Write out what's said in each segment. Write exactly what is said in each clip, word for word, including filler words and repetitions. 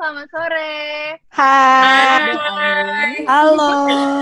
selamat sore. Hai. Hai. Halo.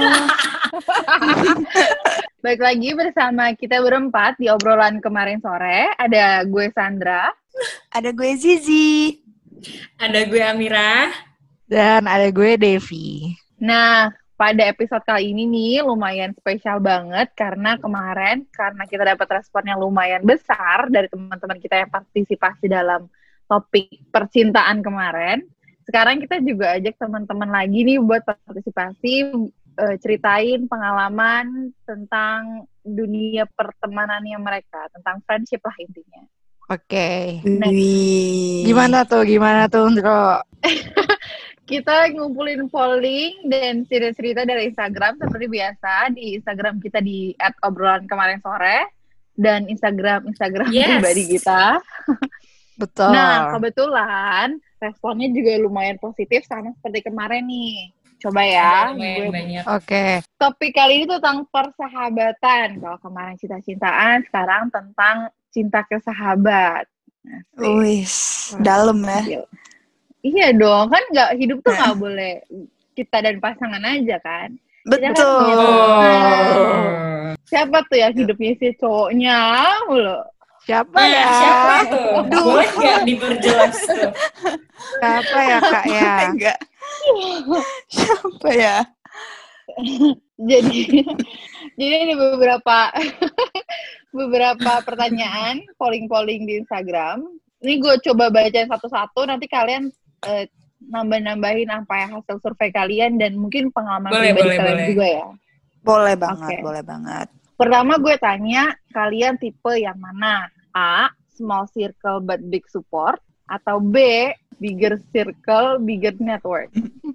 Balik lagi bersama kita berempat di obrolan kemarin sore. Ada gue Sandra. Ada gue Zizi. Ada gue Amira. Dan ada gue Devi. Nah, pada episode kali ini nih lumayan spesial banget karena kemarin karena kita dapat respon yang lumayan besar dari teman-teman kita yang partisipasi dalam topik percintaan kemarin. Sekarang kita juga ajak teman-teman lagi nih buat partisipasi, uh, ceritain pengalaman tentang dunia pertemanannya mereka, tentang friendship lah intinya. Oke. Nah, Gimana tuh? Gimana tuh, Ndro? kita ngumpulin polling dan cerita-cerita dari Instagram seperti biasa. Di Instagram kita di at obrolan kemarin sore dan Instagram Instagram Yes. pribadi kita. Betul. Nah, kebetulan responnya juga lumayan positif sama seperti kemarin nih. Coba ya. Lumayan gue- banyak. Oke. Topik kali ini tentang persahabatan. Kalau kemarin cinta-cintaan, sekarang tentang cinta ke sahabat. Asik. Wih, dalam ya. Gila. Iya dong, kan nggak hidup tuh nggak boleh kita dan pasangan aja kan. Kita kan Betul. punya Oh. teman. Siapa tuh yang hidupnya si cowoknya mulu? Siapa Nah, ya? siapa tuh? Aduh. Boleh nggak diperjelas tuh? Siapa ya, Kak ya? Enggak. Siapa ya? Jadi, jadi ada beberapa beberapa pertanyaan polling-polling di Instagram. Ini gue coba bacain satu-satu. Nanti kalian eh, nambah-nambahin apa yang hasil survei kalian dan mungkin pengalaman Boleh, pribadi boleh, kalian boleh. juga ya. Boleh banget, Oke. boleh banget. Pertama gue tanya, kalian tipe yang mana? A, small circle but big support. Atau B, bigger circle, bigger network.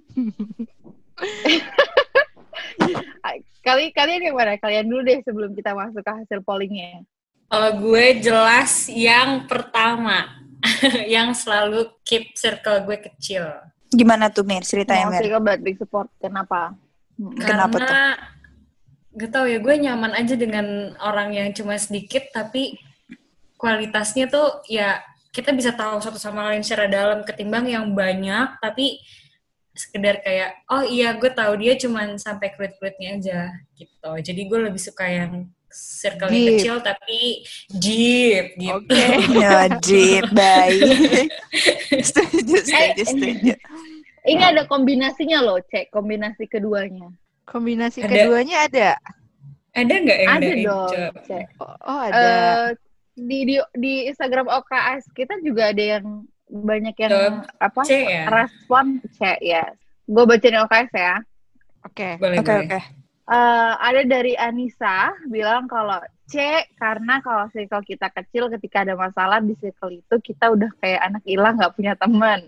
Kali kalian yang mana? Kalian dulu deh sebelum kita masuk ke hasil pollingnya. Kalau gue jelas yang pertama. Yang selalu keep circle gue kecil. Gimana tuh, Mir? Ceritanya, Small Mir. circle but big support. Kenapa? Hmm. Kenapa Karena gak tau ya, gue nyaman aja dengan orang yang cuma sedikit tapi kualitasnya tuh ya kita bisa tahu satu sama lain secara dalam ketimbang yang banyak tapi sekedar kayak oh iya gue tahu dia cuma sampai kulit-kulitnya aja gitu. Jadi gue lebih suka yang circle yang Deep. kecil tapi deep gitu. Oke. Ya, deep, baik. Setuju, setuju, setuju. Ini ada kombinasinya loh, Cek. Kombinasi keduanya. Kombinasi Ada. keduanya ada? Ada nggak yang Ada dari dong, Cok? Cek. Oh, oh, ada. Eh, di, di di Instagram O K S kita juga ada yang banyak yang Tuh, apa C ya? respon C ya. Gue bacain O K S ya. Oke. Boleh, Oke, boleh. oke. Eh, ada dari Anissa bilang kalau C karena kalau circle kita kecil ketika ada masalah di circle itu kita udah kayak anak hilang nggak punya teman.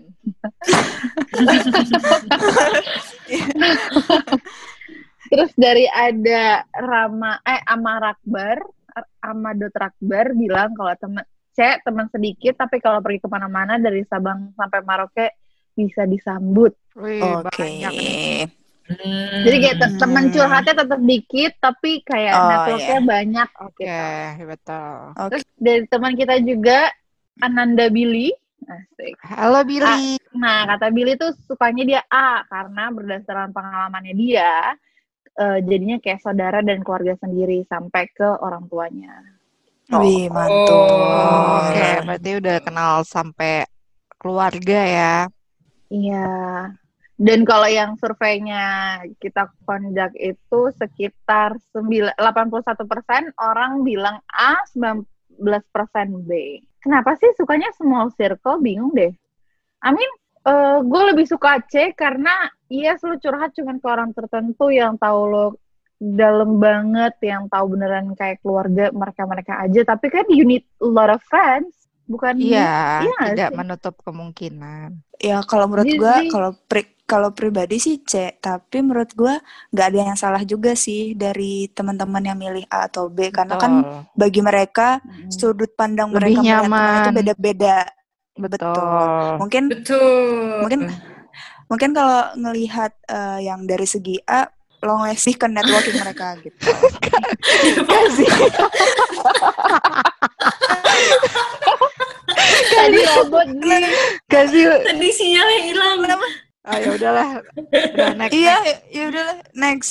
Terus dari ada Rama eh Amar Akbar Amadot Rakbar bilang kalau teman C teman sedikit tapi kalau pergi kemana-mana dari Sabang sampai Merauke bisa disambut. Wih, Oke. banyak nih. Hmm. Jadi kayak te- teman curhatnya tetap dikit tapi kayak Oh, networknya banyak. Oke, betul. Oke. Terus dari teman kita juga Ananda Billy. Asik. Halo, Billy. Nah, kata Billy tuh sukanya dia A karena berdasarkan pengalamannya dia eh, jadinya kayak saudara dan keluarga sendiri sampai ke orang tuanya. Wih, mantul. Oh, Oke, berarti udah kenal sampai keluarga ya. Iya. Dan kalau yang surveinya kita conduct itu sekitar sembilan delapan puluh satu persen orang bilang A, sembilan belas persen B. Kenapa sih sukanya small circle? Bingung deh. Amin, eh, gue lebih suka C karena iya selalu curhat cuman ke orang tertentu yang tahu lo dalam banget, yang tahu beneran kayak keluarga mereka-mereka aja. Tapi kan you need a lot of friends. Bukan Iya, iya nggak tidak sih? menutup kemungkinan. Ya kalau menurut Jadi- gue kalau pri- kalau pribadi sih C, tapi menurut gue nggak ada yang salah juga sih dari teman-teman yang milih A atau B karena kan Betul. bagi mereka Mm. sudut pandang Lebih mereka melihat teman itu nyaman. beda-beda. Betul. Mungkin Betul. mungkin mungkin kalau ngelihat eh, yang dari segi A lo ngasih ke networking mereka gitu. Kasih. Tadi robot nih. Kasih. Tadi sinyalnya hilang. Oh ya udahlah. Udah next. Iya, next. ya udahlah, next.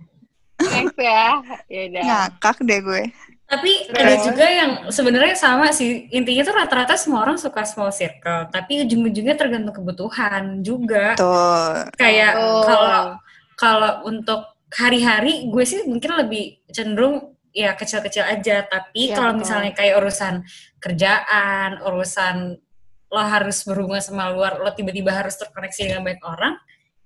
Next ya. Ya udah. Ngakak deh gue. Tapi ada juga yang sebenarnya sama sih. Intinya tuh rata-rata semua orang suka small circle, tapi ujung-ujungnya tergantung kebutuhan juga. Tuh. Kayak Oh. kalau kalau untuk hari-hari gue sih mungkin lebih cenderung ya kecil-kecil aja. Tapi Iya, kalau betul. misalnya kayak urusan kerjaan, urusan lo harus berhubungan sama luar, lo tiba-tiba harus terkoneksi dengan banyak orang,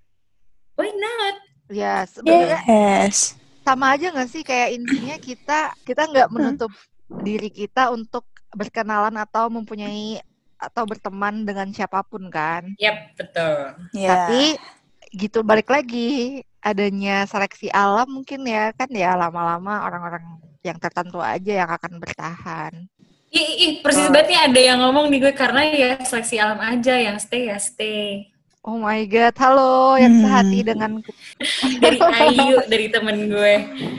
why not? Ya sebenarnya Yes. sama aja nggak sih kayak intinya kita kita nggak menutup diri kita untuk berkenalan atau mempunyai atau berteman dengan siapapun kan. Yap, betul. Ya. Tapi gitu balik lagi adanya seleksi alam mungkin ya kan ya lama-lama orang-orang yang tertentu aja yang akan bertahan. Ih, ih, persis Oh. banget nih ada yang ngomong nih gue karena ya seleksi alam aja, yang stay ya stay. Oh my god, halo yang Hmm. sehati denganku. Dari Ayu, dari temen gue.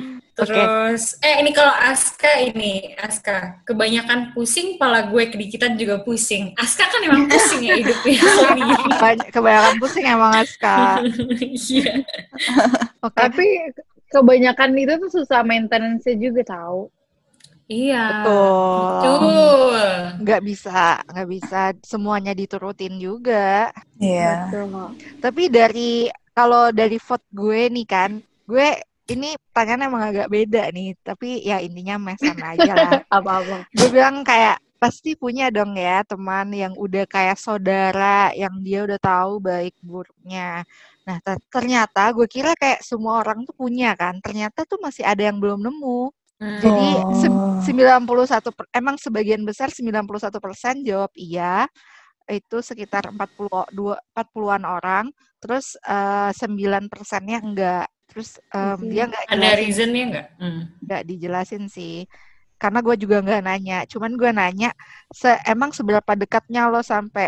Terus, eh ini kalau Aska ini, Aska, kebanyakan pusing, pala gue di kita juga pusing. Aska kan emang pusing ya hidupnya. Kebany- Kebanyakan pusing emang Aska. Iya. Oke. Tapi kebanyakan itu tuh susah maintenance-nya juga tahu. Iya. Betul. Betul. Nggak bisa, nggak bisa semuanya diturutin juga. Iya. Betul. Tapi dari kalau dari vote gue nih kan, gue ini pertanyaan emang agak beda nih. Tapi ya intinya mesan aja lah. Apa-apa. Gue bilang kayak pasti punya dong ya teman yang udah kayak saudara, yang dia udah tahu baik buruknya. Nah ter- ternyata gue kira kayak semua orang tuh punya kan. Ternyata tuh masih ada yang belum nemu. Jadi se- Oh. sembilan puluh satu per- emang sebagian besar sembilan puluh satu persen jawab iya. Itu sekitar empat puluh dua empat puluhan orang. Terus eh, sembilan persennya enggak. Terus em, Isi. dia enggak Ada jelasin, reasonnya nggak? Hmm. enggak dijelasin sih. Karena gue juga enggak nanya. Cuman gue nanya se- emang seberapa dekatnya lo sampai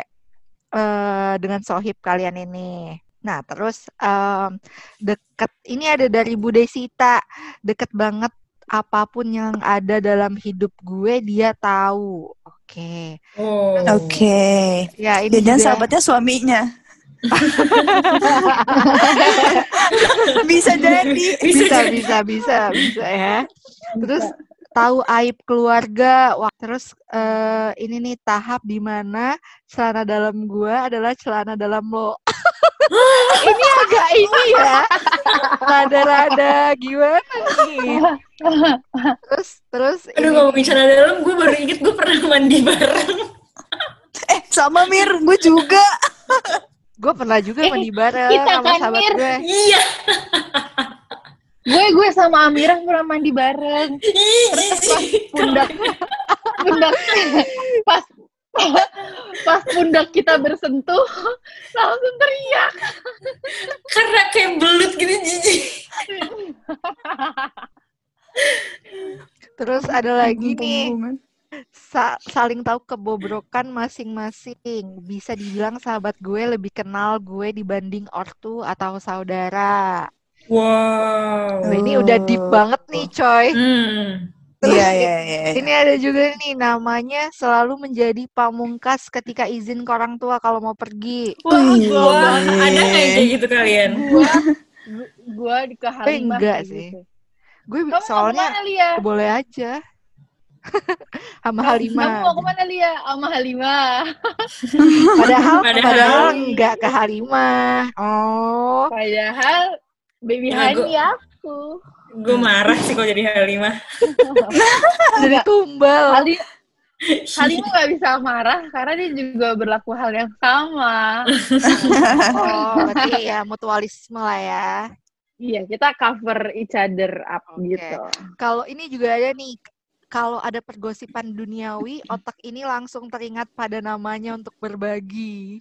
eh, dengan sohib kalian ini. Nah, terus em, deket ini ada dari Bu Desita, deket banget apapun yang ada dalam hidup gue dia tahu. Oke. Oh. Oke. Ya, ini Dan juga sahabatnya suaminya. Bisa jadi. bisa bisa bisa bisa ya. Terus tahu aib keluarga. Wah, terus eh, ini nih tahap di mana celana dalam gue adalah celana dalam lo. Ini agak ini ya. Rada-rada gimana nih? Terus terus Aduh, ini ngomongin celana dalam, gue baru inget gue pernah mandi bareng. Eh, sama Mir, gue juga. gue pernah juga Eh, mandi bareng kita sama kan, sahabat Mir. gue. Iya. Gue gue sama Amirah pernah mandi bareng. Ih, Terus pas jijik. pundak pundak pas pas pundak kita bersentuh langsung teriak. Karena kayak belut gitu, jijik. Terus ada lagi nih sa- saling tahu kebobrokan masing-masing. Bisa dibilang sahabat gue lebih kenal gue dibanding ortu atau saudara. Wow. Nah, ini udah deep banget nih, coy. Hmm. Terus Iya, iya, iya. ini ada juga nih namanya selalu menjadi pamungkas ketika izin ke orang tua kalau mau pergi. Wah, Wih. gua Wah, ada nggak yang kayak gitu kalian? gua gua di ke Halimah enggak kayak sih. gitu. Gue Kamu mau soalnya kemana, Lia? boleh aja. Sama Kamu Halimah. mau kemana, Lia? Sama Halimah. Padahal, Padahal- padahal enggak ke Halimah. Oh, Padahal baby Ya, honey gua- aku. Gue marah sih kalau jadi Halimah. jadi tumbal. Halim Halimah nggak bisa marah karena dia juga berlaku hal yang sama. Oh, berarti ya mutualisme lah ya. Iya, kita cover each other up Oke. gitu. Kalau ini juga ada nih, kalau ada pergosipan duniawi, otak ini langsung teringat pada namanya untuk berbagi.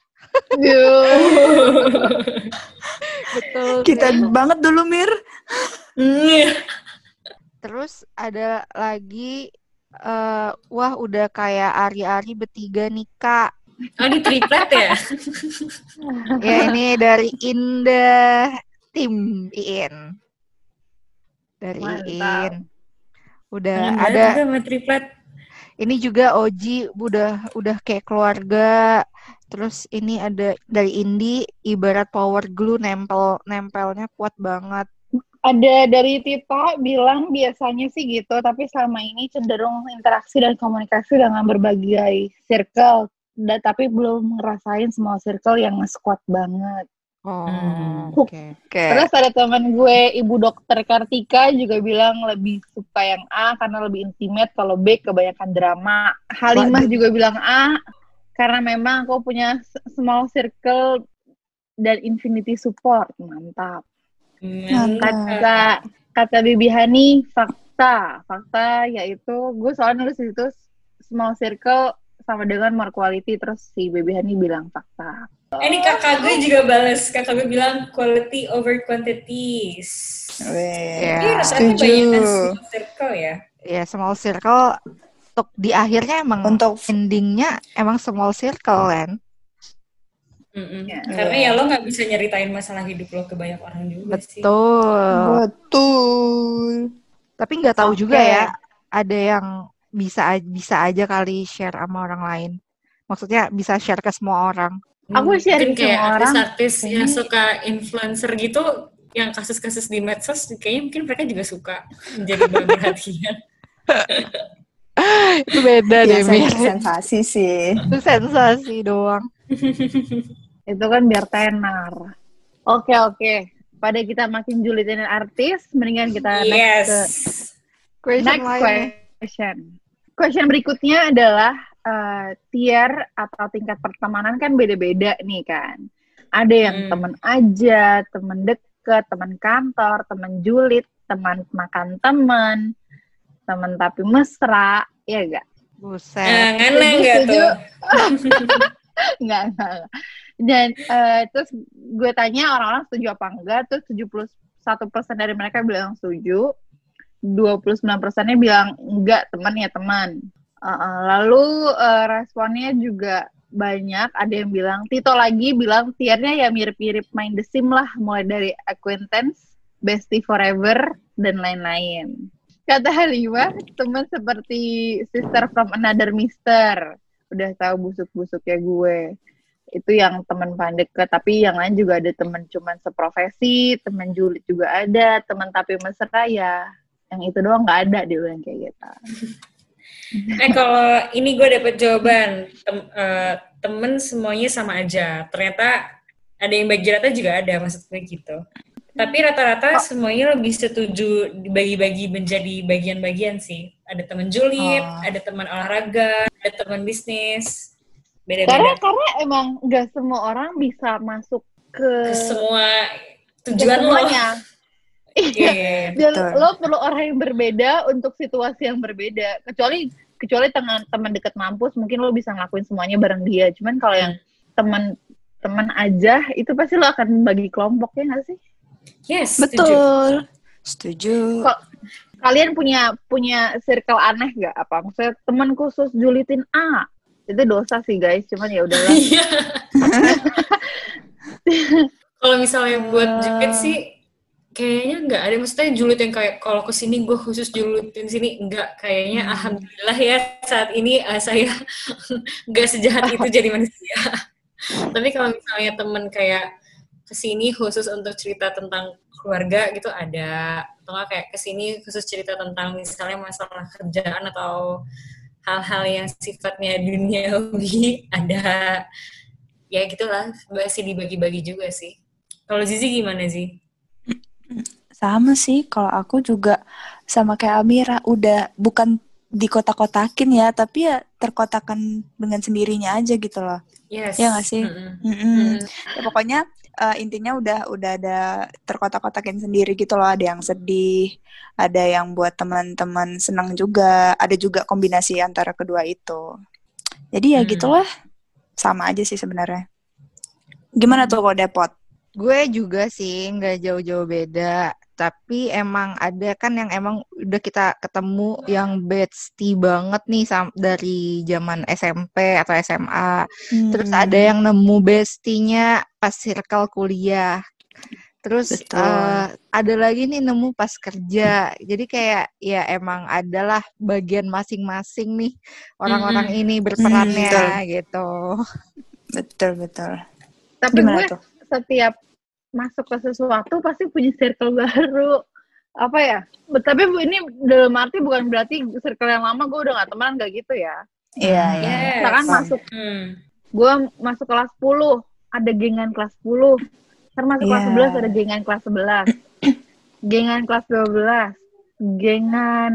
Betul. Kita sih. banget dulu, Mir. Hmm. Terus ada lagi, eh, wah udah kayak Ari-Ari bertiga nih Kak. Oh, di triplet ya? Ya ini dari Indah tim Iin. Dari Mantap. Iin. Udah Kangen ada. banget juga sama triplet. Ini juga Oji udah udah kayak keluarga. Terus ini ada dari Indi, ibarat power glue, nempel nempelnya kuat banget. Ada dari Tita bilang biasanya sih gitu, tapi selama ini cenderung interaksi dan komunikasi dengan berbagai circle, da, tapi belum ngerasain small circle yang nge-squad banget. Oh, Hmm. oke. Okay. Okay. Terus ada teman gue, Ibu Dokter Kartika juga bilang lebih suka yang A karena lebih intimate, kalau B kebanyakan drama. Halimah juga bilang A karena memang aku punya small circle dan infinity support. Mantap. Kata kata Bibi Hani, fakta fakta yaitu gue soalnya nulis di situ small circle sama dengan more quality, terus si Bibi Hani bilang fakta. Eh, ini kakak gue juga balas, kakak gue bilang quality over quantities. Jadi Yeah. rasanya banyak kan small circle ya. Ya yeah, small circle untuk di akhirnya emang Untuk endingnya emang small circle kan. Ya, karena ya lo nggak bisa nyeritain masalah hidup lo ke banyak orang juga. Betul. sih. Betul. Tapi nggak tahu Okay. juga ya, ada yang bisa bisa aja kali share sama orang lain. Maksudnya bisa share ke semua orang. Aku share Mungkin ke kayak semua orang. artis-artis Kayaknya- yang suka influencer gitu, yang kasus-kasus di medsos, kayaknya mungkin mereka juga suka menjadi bahan perhatian. Itu beda Ya, deh, Mir. sensasi sih. Itu sensasi doang. Itu kan biar tenar. Oke oke. Pada kita makin julitin artis, mendingan kita next Yes. ke Question next lainnya. question. Question berikutnya adalah uh, tier atau tingkat pertemanan kan beda-beda nih kan. Ada yang Hmm. teman aja, teman deket, teman kantor, teman julid, teman makan teman, teman tapi mesra, ya enggak? Buset. Nah, ngana nggak Setuju. tuh? Enggak, enggak. Dan uh, terus gue tanya orang-orang setuju apa enggak, terus tujuh puluh satu persen dari mereka bilang setuju, dua puluh sembilan persennya bilang enggak, teman ya teman. Uh, uh, lalu uh, responnya juga banyak, ada yang bilang, Tito lagi bilang tiernya ya mirip-mirip main The Sim lah, mulai dari acquaintance, bestie forever, dan lain-lain. Kata Halimah, teman seperti sister from another mister. Udah tahu busuk-busuknya gue. Itu yang teman paling deket, tapi yang lain juga ada teman cuman seprofesi, teman julid juga ada, teman tapi mesra ya. Yang itu doang nggak ada dia bilang kayak gitu. Eh kalau ini gue dapet jawaban, Tem, uh, temen semuanya sama aja. Ternyata ada yang bagi rata juga ada, maksud gue gitu. Tapi rata-rata semuanya lebih setuju dibagi-bagi menjadi bagian-bagian sih. Ada teman julid, Oh. ada teman olahraga, ada teman bisnis. Karena Beda-beda karena emang nggak semua orang bisa masuk ke, ke semua ke tujuan lo. semuanya. Iya, iya, iya. Dan Betul. lo perlu orang yang berbeda untuk situasi yang berbeda. Kecuali kecuali teman teman dekat mampus, mungkin lo bisa ngelakuin semuanya bareng dia. Cuman kalau yang teman teman aja, itu pasti lo akan bagi kelompok, ya nggak sih? Yes, setuju. Betul. Setuju. Kok kalian punya punya circle aneh gak? Apa maksudnya teman khusus julitin A? Itu dosa sih guys, cuman ya udahlah. Iya. Kalau misalnya buat julid sih kayaknya nggak ada, maksudnya julid yang kayak kalau kesini gue khusus julitin sini, enggak. Kayaknya Hmm. alhamdulillah ya saat ini uh, saya nggak sejahat itu jadi manusia. Tapi kalau misalnya temen kayak kesini khusus untuk cerita tentang keluarga gitu ada, atau nggak kayak kesini khusus cerita tentang misalnya masalah kerjaan atau hal-hal yang sifatnya duniawi ada. Ya gitulah, masih dibagi-bagi juga sih. Kalau Zizi gimana sih? Sama sih, kalau aku juga sama kayak Amira, udah bukan dikotak-kotakin ya, tapi ya terkotakan dengan sendirinya aja gitu loh. Yes. Ya nggak sih? Mm-mm. Mm-mm. Mm. Ya, pokoknya eh, intinya udah udah ada terkotak-kotakin sendiri gitu loh. Ada yang sedih, ada yang buat teman-teman senang juga, ada juga kombinasi antara kedua itu. Jadi ya Hmm. gitulah, sama aja sih sebenarnya. Gimana tuh kalau Depot? Gue juga sih nggak jauh-jauh beda, tapi emang ada kan yang emang udah kita ketemu yang bestie banget nih sam- dari zaman S M P atau S M A. Terus Hmm. ada yang nemu bestinya pas circle kuliah. Terus Betul. eh, ada lagi nih nemu pas kerja. Jadi kayak ya emang adalah bagian masing-masing nih orang-orang Mm-mm. ini berperannya Hmm, gitu. Betul betul. Tapi Gimana gue tuh? setiap masuk ke sesuatu pasti punya circle baru. Apa ya? Tapi ini dalam arti bukan berarti circle yang lama gue udah gak teman, gak gitu ya. Iya, iya. Yes. Misalkan Paham. masuk, Hmm. gue masuk kelas sepuluh, ada gengan kelas sepuluh. Ntar masuk kelas Iya. sebelas, ada gengan kelas sebelas. Gengan kelas dua belas. Gengan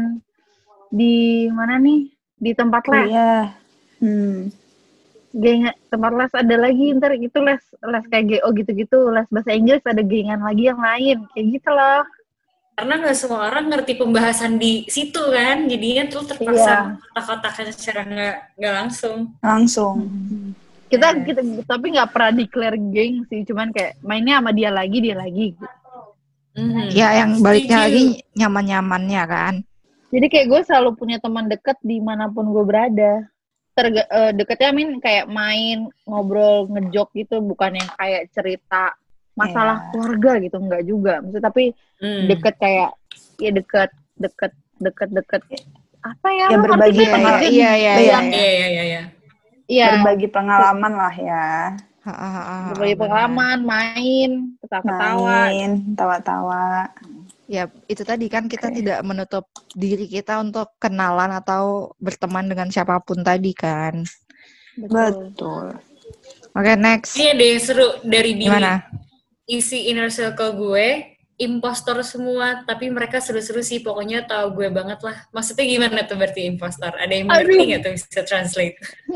di mana nih? Di tempat les. Iya. Hmm. Gengan tempat les ada lagi, ntar itu les les kayak G O gitu-gitu, les bahasa Inggris ada gengan lagi yang lain, kayak gitu loh. Karena nggak semua orang ngerti pembahasan di situ kan, jadinya tuh terpaksa kotak-kotakan secara nggak nggak langsung. Langsung. Kita Iya. kita tapi nggak pernah declare geng sih, cuman kayak mainnya sama dia lagi dia lagi. Mhm. Ya yang baliknya Setuju. lagi nyaman-nyamannya kan. Jadi kayak gue selalu punya teman deket dimanapun gue berada. Terge, eh, deketnya min kayak main ngobrol ngejok gitu, bukan yang kayak cerita masalah Iya. keluarga gitu, enggak juga. Maksudnya tapi Hmm. deket kayak ya deket deket deket deket apa ya? Ya, lu berbagi ngerti kan? pengalaman. Maksudnya Iya, iya, Iya. iya. Iya iya iya. iya. Iya, Berbagi pengalaman lah ya. Ha, ha, ha, ha, berbagi benar. pengalaman, main, ketawa-ketawa. Main, tawa-tawa. Ya, itu tadi kan kita tidak menutup diri kita untuk kenalan atau berteman dengan siapapun tadi kan. Betul. Betul. Oke, next. Ini ada yang seru dari Billy. Gimana? Isi inner circle gue, impostor semua, tapi mereka seru-seru sih, pokoknya tahu gue banget lah. Maksudnya gimana tuh berarti impostor? Ada yang mengerti Aduh. nggak tuh bisa translate?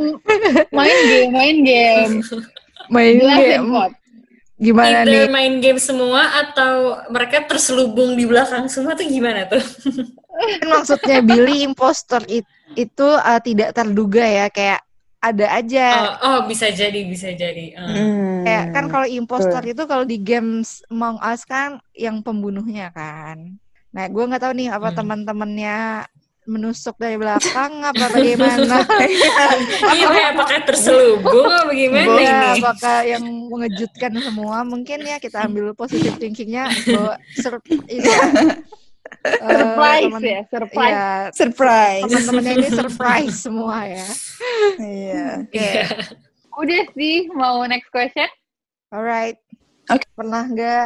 Main game, main game. Main Jelasin, game. Pot. Gimana Either nih? main game semua atau mereka terselubung di belakang semua tuh gimana tuh? Kan maksudnya Billy impostor it- itu uh, tidak terduga ya, kayak ada aja. Oh, oh bisa jadi, bisa jadi. Uh. Hmm. Kayak kan kalau impostor betul. itu kalau di games Among Us kan yang pembunuhnya kan. Nah, gue nggak tahu nih apa Hmm. teman-temannya menusuk dari belakang apa bagaimana. Iya, kayak apakah terselubung apa gimana Ya, ini? apakah yang mengejutkan semua? Mungkin ya kita ambil positive thinkingnya bahwa sur- ini ya, eh, Surprise teman- ya, surprise. ya, Surprise. teman-temannya ini surprise semua ya. Iya. Oke, Udah sih, mau next question? alright. Oke. Pernah nggak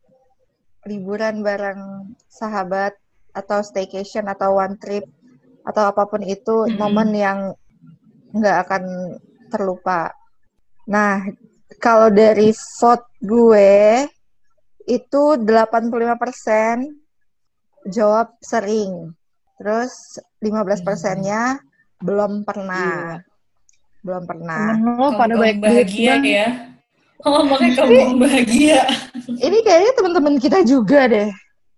liburan bareng sahabat atau staycation atau one trip atau apapun itu Mm-mm. momen yang nggak akan terlupa? Nah, kalau dari vote gue itu delapan puluh lima persen jawab sering. Terus lima belas persennya belum pernah. Belum pernah. Temen lo pada Kaum banyak duit bahagia banget. ya. Oh, makanya kaum bahagia. Ini kayaknya teman-teman kita juga deh.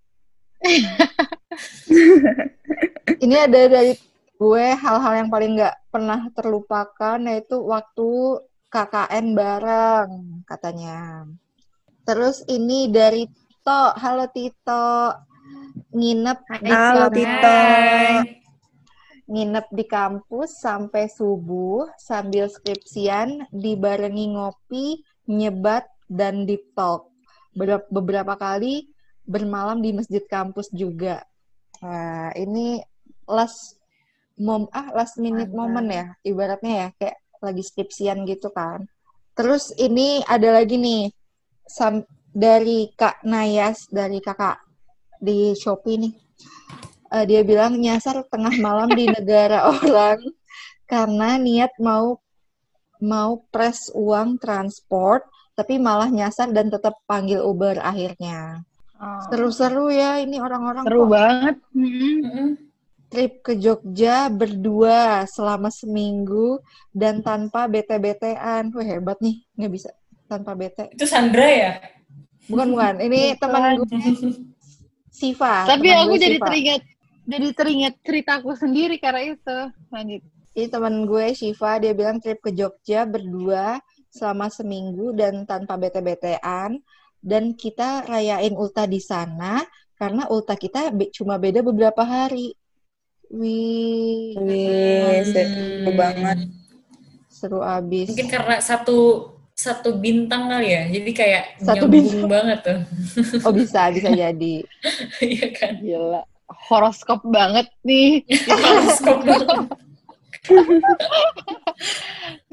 Ini ada dari gue hal-hal yang paling nggak pernah terlupakan, yaitu waktu K K N bareng katanya. Terus ini dari Tito, halo Tito, nginep di Halo, kampus- Tito. nginep di kampus sampai subuh sambil skripsian dibarengi ngopi, nyebat dan deep talk. Ber- beberapa kali bermalam di masjid kampus juga. Wah, ini last mom ah last minute Mantap. moment ya, ibaratnya ya kayak lagi skripsian gitu kan. Terus ini ada lagi nih sam- dari Kak Nayas, dari kakak di Shopee nih. Eh, dia bilang nyasar tengah malam di negara orang karena niat mau mau press uang transport tapi malah nyasar dan tetap panggil Uber akhirnya. Oh, Seru-seru ya ini orang-orang seru kok. banget. Mm-mm. Mm-mm. Trip ke Jogja berdua selama seminggu dan tanpa bete-betean. Wah, hebat nih, nggak bisa tanpa bete. Itu Sandra ya? Bukan, bukan. Ini teman gue, Siva. Tapi teman aku gue, jadi Siva. teringat, jadi teringat ceritaku sendiri karena itu. Lanjut. Ini teman gue, Siva, dia bilang trip ke Jogja berdua selama seminggu dan tanpa bete-betean. Dan kita rayain ulta di sana karena ulta kita be- cuma beda beberapa hari. Wih, Wih, seru Hmm. banget. seru abis. Mungkin karena satu satu bintang kali ya, jadi kayak Satu nyambung banget tuh. Oh bisa, bisa jadi. Iya kan? Gila. Horoskop banget nih. Horoskop banget.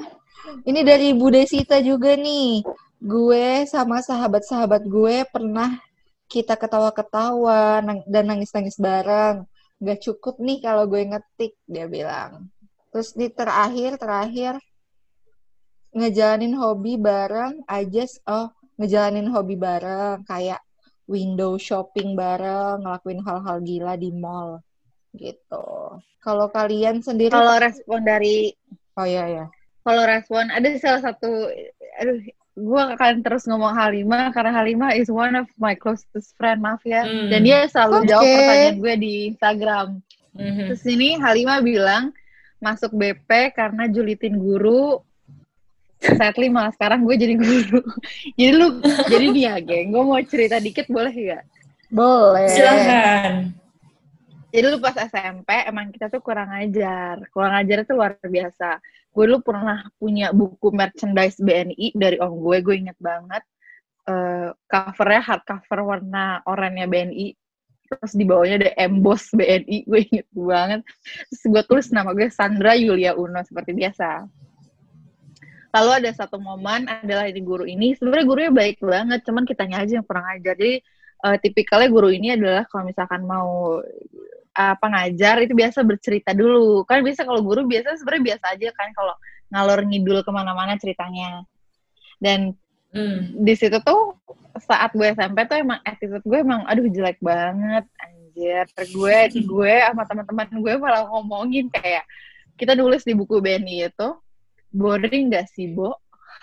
Ini dari Bu Desita juga nih. Gue sama sahabat-sahabat gue pernah kita ketawa-ketawa nang- dan nangis-nangis bareng. Gak cukup nih kalau gue ngetik, dia bilang. Terus di terakhir, terakhir ngejalanin hobi bareng aja. Oh, ngejalanin hobi bareng. Kayak window shopping bareng, ngelakuin hal-hal gila di mall. Gitu. Kalau kalian sendiri... Kalau respon dari... Oh iya, iya. Kalau respon, ada salah satu... Aduh, gue akan terus ngomong Halimah karena Halimah is one of my closest friend, maaf ya. Hmm. Dan dia selalu Oke. jawab pertanyaan gue di Instagram. Mhm. Terus ini Halimah bilang masuk B P karena julitin guru. Sadly malah sekarang gue jadi guru. Jadi lu, jadi nih ya, geng. Gue mau cerita dikit boleh gak? Boleh. Silahkan. Jadi lu pas S M P emang kita tuh kurang ajar. Kurang ajar itu luar biasa. Gue dulu pernah punya buku merchandise B N I dari om gue, gue inget banget. Uh, covernya hardcover warna oranye B N I. Terus di bawahnya ada emboss B N I, gue inget banget. Terus gue tulis nama gue Sandra Yulia Uno, seperti biasa. Lalu ada satu momen adalah di guru ini, sebenarnya gurunya baik banget, cuman kitanya aja yang kurang ajar. Jadi uh, tipikalnya guru ini adalah kalau misalkan mau apa ngajar itu biasa bercerita dulu kan, biasa kalau guru biasa sebenarnya biasa aja kan kalau ngalor ngidul kemana-mana ceritanya. Dan hmm. di situ tuh saat gue S M P tuh emang attitude gue emang aduh jelek banget anjir. Gue gue sama teman-teman gue malah ngomongin kayak kita nulis di buku B N I itu boring gak sih Bo?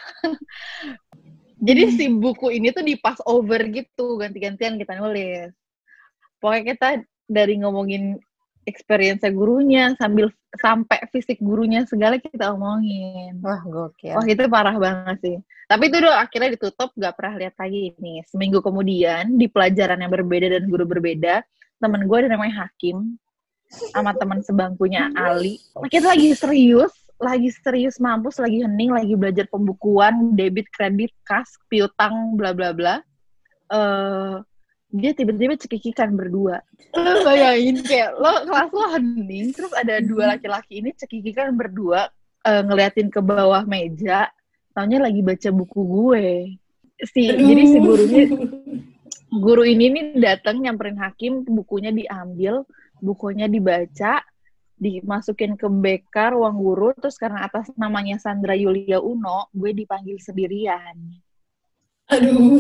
Jadi si buku ini tuh di pass over gitu, ganti-gantian kita nulis. Pokoknya kita dari ngomongin experience gurunya sambil sampai fisik gurunya segala kita omongin. Wah, gokil. Wah, itu parah banget sih. Tapi itu udah akhirnya ditutup, gak pernah lihat lagi ini. Seminggu kemudian, di pelajaran yang berbeda dan guru berbeda, temen gue ada namanya Hakim, sama teman sebangkunya Ali. Kita lagi serius, lagi serius mampus, lagi hening, lagi belajar pembukuan, debit, kredit, kas, piutang, bla bla bla. Uh, dia tiba-tiba cekikikan berdua. Lo bayangin kayak lo kelas lo hening, terus ada dua laki-laki ini cekikikan berdua, uh, ngeliatin ke bawah meja, taunya lagi baca buku gue. Si Aduh. Jadi si gurunya, guru ini nih datang nyamperin Hakim, bukunya diambil, bukunya dibaca, dimasukin ke B K ruang guru, terus karena atas namanya Sandra Yulia Uno, gue dipanggil sendirian. Aduh.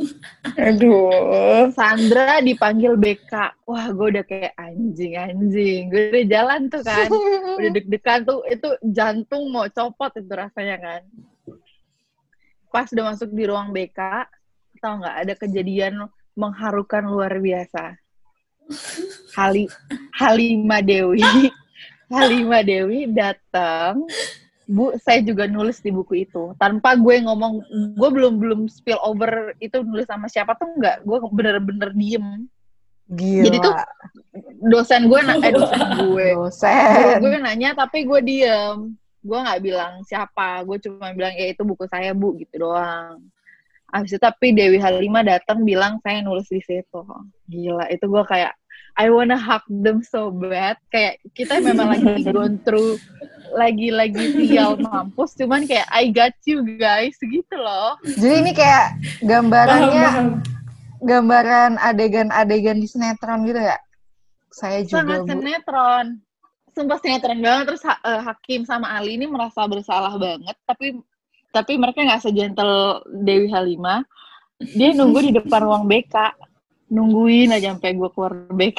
Aduh. Sandra dipanggil B K. Wah, gue udah kayak anjing-anjing. Gue udah jalan tuh kan. Udah deg-degan tuh. Itu jantung mau copot itu rasanya kan. Pas udah masuk di ruang B K, tau gak? Ada kejadian mengharukan luar biasa. Hali, Halimah Dewi. Halimah Dewi datang. Bu, saya juga nulis di buku itu. Tanpa gue ngomong, gue belum belum spill over itu nulis sama siapa tuh enggak. Gue bener-bener diem. Gila. Jadi tuh dosen gue, na- eh dosen gue. Dosen. Gue nanya tapi gue diem. Gue nggak bilang siapa. Gue cuma bilang ya itu buku saya Bu gitu doang. Abis itu tapi Dewi Halimah datang bilang saya nulis di situ. Gila, itu gue kayak I wanna hug them so bad. Kayak kita memang lagi gone through lagi-lagi sial mampus, cuman kayak I got you guys, gitu loh. Jadi ini kayak gambarannya, gambaran adegan-adegan di sinetron gitu ya? Saya juga, sangat Bu. Sinetron. Sumpah sinetron banget. Terus uh, Hakim sama Ali ini merasa bersalah banget, tapi tapi mereka nggak segentle Dewi Halimah. Dia nunggu di depan ruang B K. Nungguin aja sampai gue keluar B K.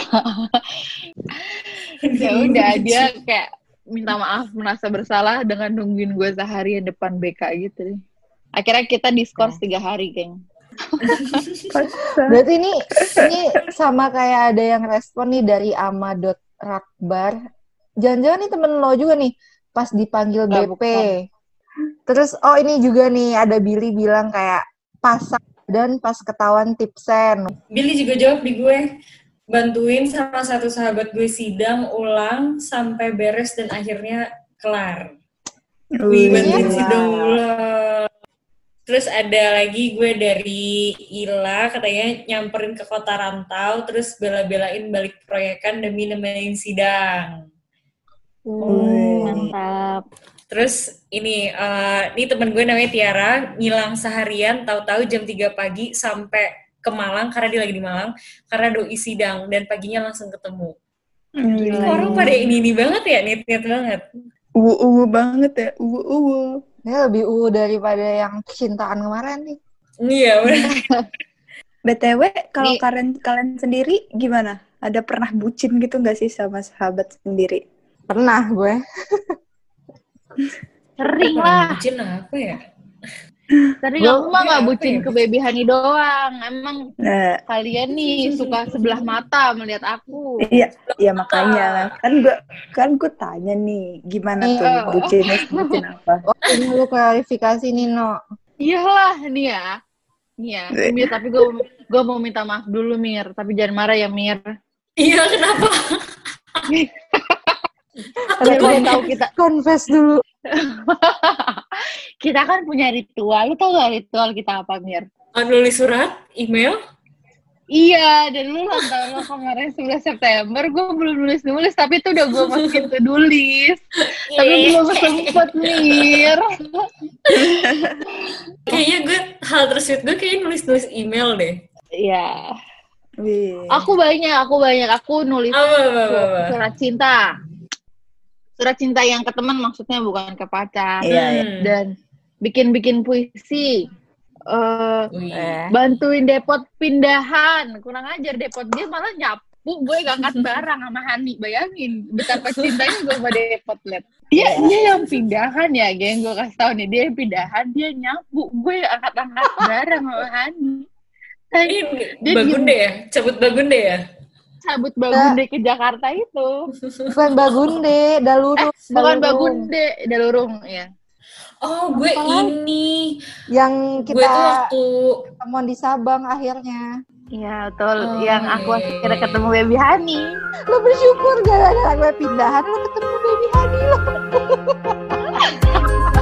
Ya udah, dia kayak minta maaf, merasa bersalah dengan nungguin gue seharian depan B K gitu deh. Akhirnya kita diskors tiga hari, geng. Berarti ini ini sama kayak ada yang respon nih dari ama.rakbar. Jangan-jangan nih temen lo juga nih pas dipanggil B P. Bukan. Terus oh ini juga nih ada Billy bilang kayak pasak dan pas ketahuan tipsen. Billy juga jawab di gue. Bantuin sama satu sahabat gue sidang ulang sampai beres dan akhirnya kelar. Gue bantuin sidang ulang. Terus ada lagi gue dari Ila, katanya nyamperin ke kota rantau, terus bela-belain balik proyekan demi nemenin sidang. Uh, mantap. Terus ini, uh, ini temen gue namanya Tiara, ngilang seharian, tahu-tahu jam tiga pagi sampai ke Malang, karena dia lagi di Malang, karena doi sidang, dan paginya langsung ketemu. Gila. Kok orang pada ini-ini banget ya, niat-niat banget. Uwu-uwu banget ya, uwu-uwu. Ini lebih uwu daripada yang cintaan kemarin nih. Iya, bener. B T W, kalau Nih. kalian kalian sendiri gimana? Ada pernah bucin gitu nggak sih sama sahabat sendiri? Pernah gue. Sering lah. Bucin apa ya? Sering Gua- aku mah nggak apa bucin ya? ke Baby Honey doang. Emang Nah, kalian nih suka sebelah mata melihat aku. iya, iya makanya kan gue kan gue tanya nih, gimana tuh Iya. bucinnya bucin apa? Oh, ini lu klarifikasi nih, No. Iyalah nih ya. Nih ya, Mir, tapi gue gue mau minta maaf dulu Mir, tapi jangan marah ya Mir. Iya, kenapa? Biar gue tahu kita Confess dulu. kita kan punya ritual. Lu tau gak ritual kita apa Mir? Oh, nulis surat, email? Iya, dan lu ulang tahun lo kemarin sebelas September, gue belum nulis-nulis, tapi itu udah gue masukin ke tulis. Tapi belum sempet, Mir. Kayaknya gue, hal tersweet gue kayaknya nulis-nulis email deh. Iya. Wih. Aku banyak, aku banyak. Aku nulis Apa, apa, apa, apa? surat cinta. Surat cinta yang ke teman maksudnya, bukan ke pacar. Iya, iya. Hmm. Dan bikin-bikin puisi. Eh, Wih. Eh. bantuin depot pindahan. Kurang ajar, depot dia malah nyapu, gue ngangkat barang sama Hani. Bayangin betapa cintanya gue sama depot, liat. Dia dia yang pindahan ya, geng. Gue kasih tau nih, dia yang pindahan, dia nyapu, gue angkat-angkat barang sama Hani. Ini Dia Bagunde ya? Cabut Bagunde ya? Cabut Bagunde ke Jakarta itu. Bukan Bagunde, Dalurung. Bukan Dalurung. Bagunde, Dalurung ya. Oh, gue Apa lagi? ini. Yang Gue tuh kita waktu... ketemuan di Sabang akhirnya. Iya, betul. Oh, yang aku iya. akhirnya ketemu Baby Hani. Lo bersyukur gara-gara gue pindahan, lo ketemu Baby Honey lo.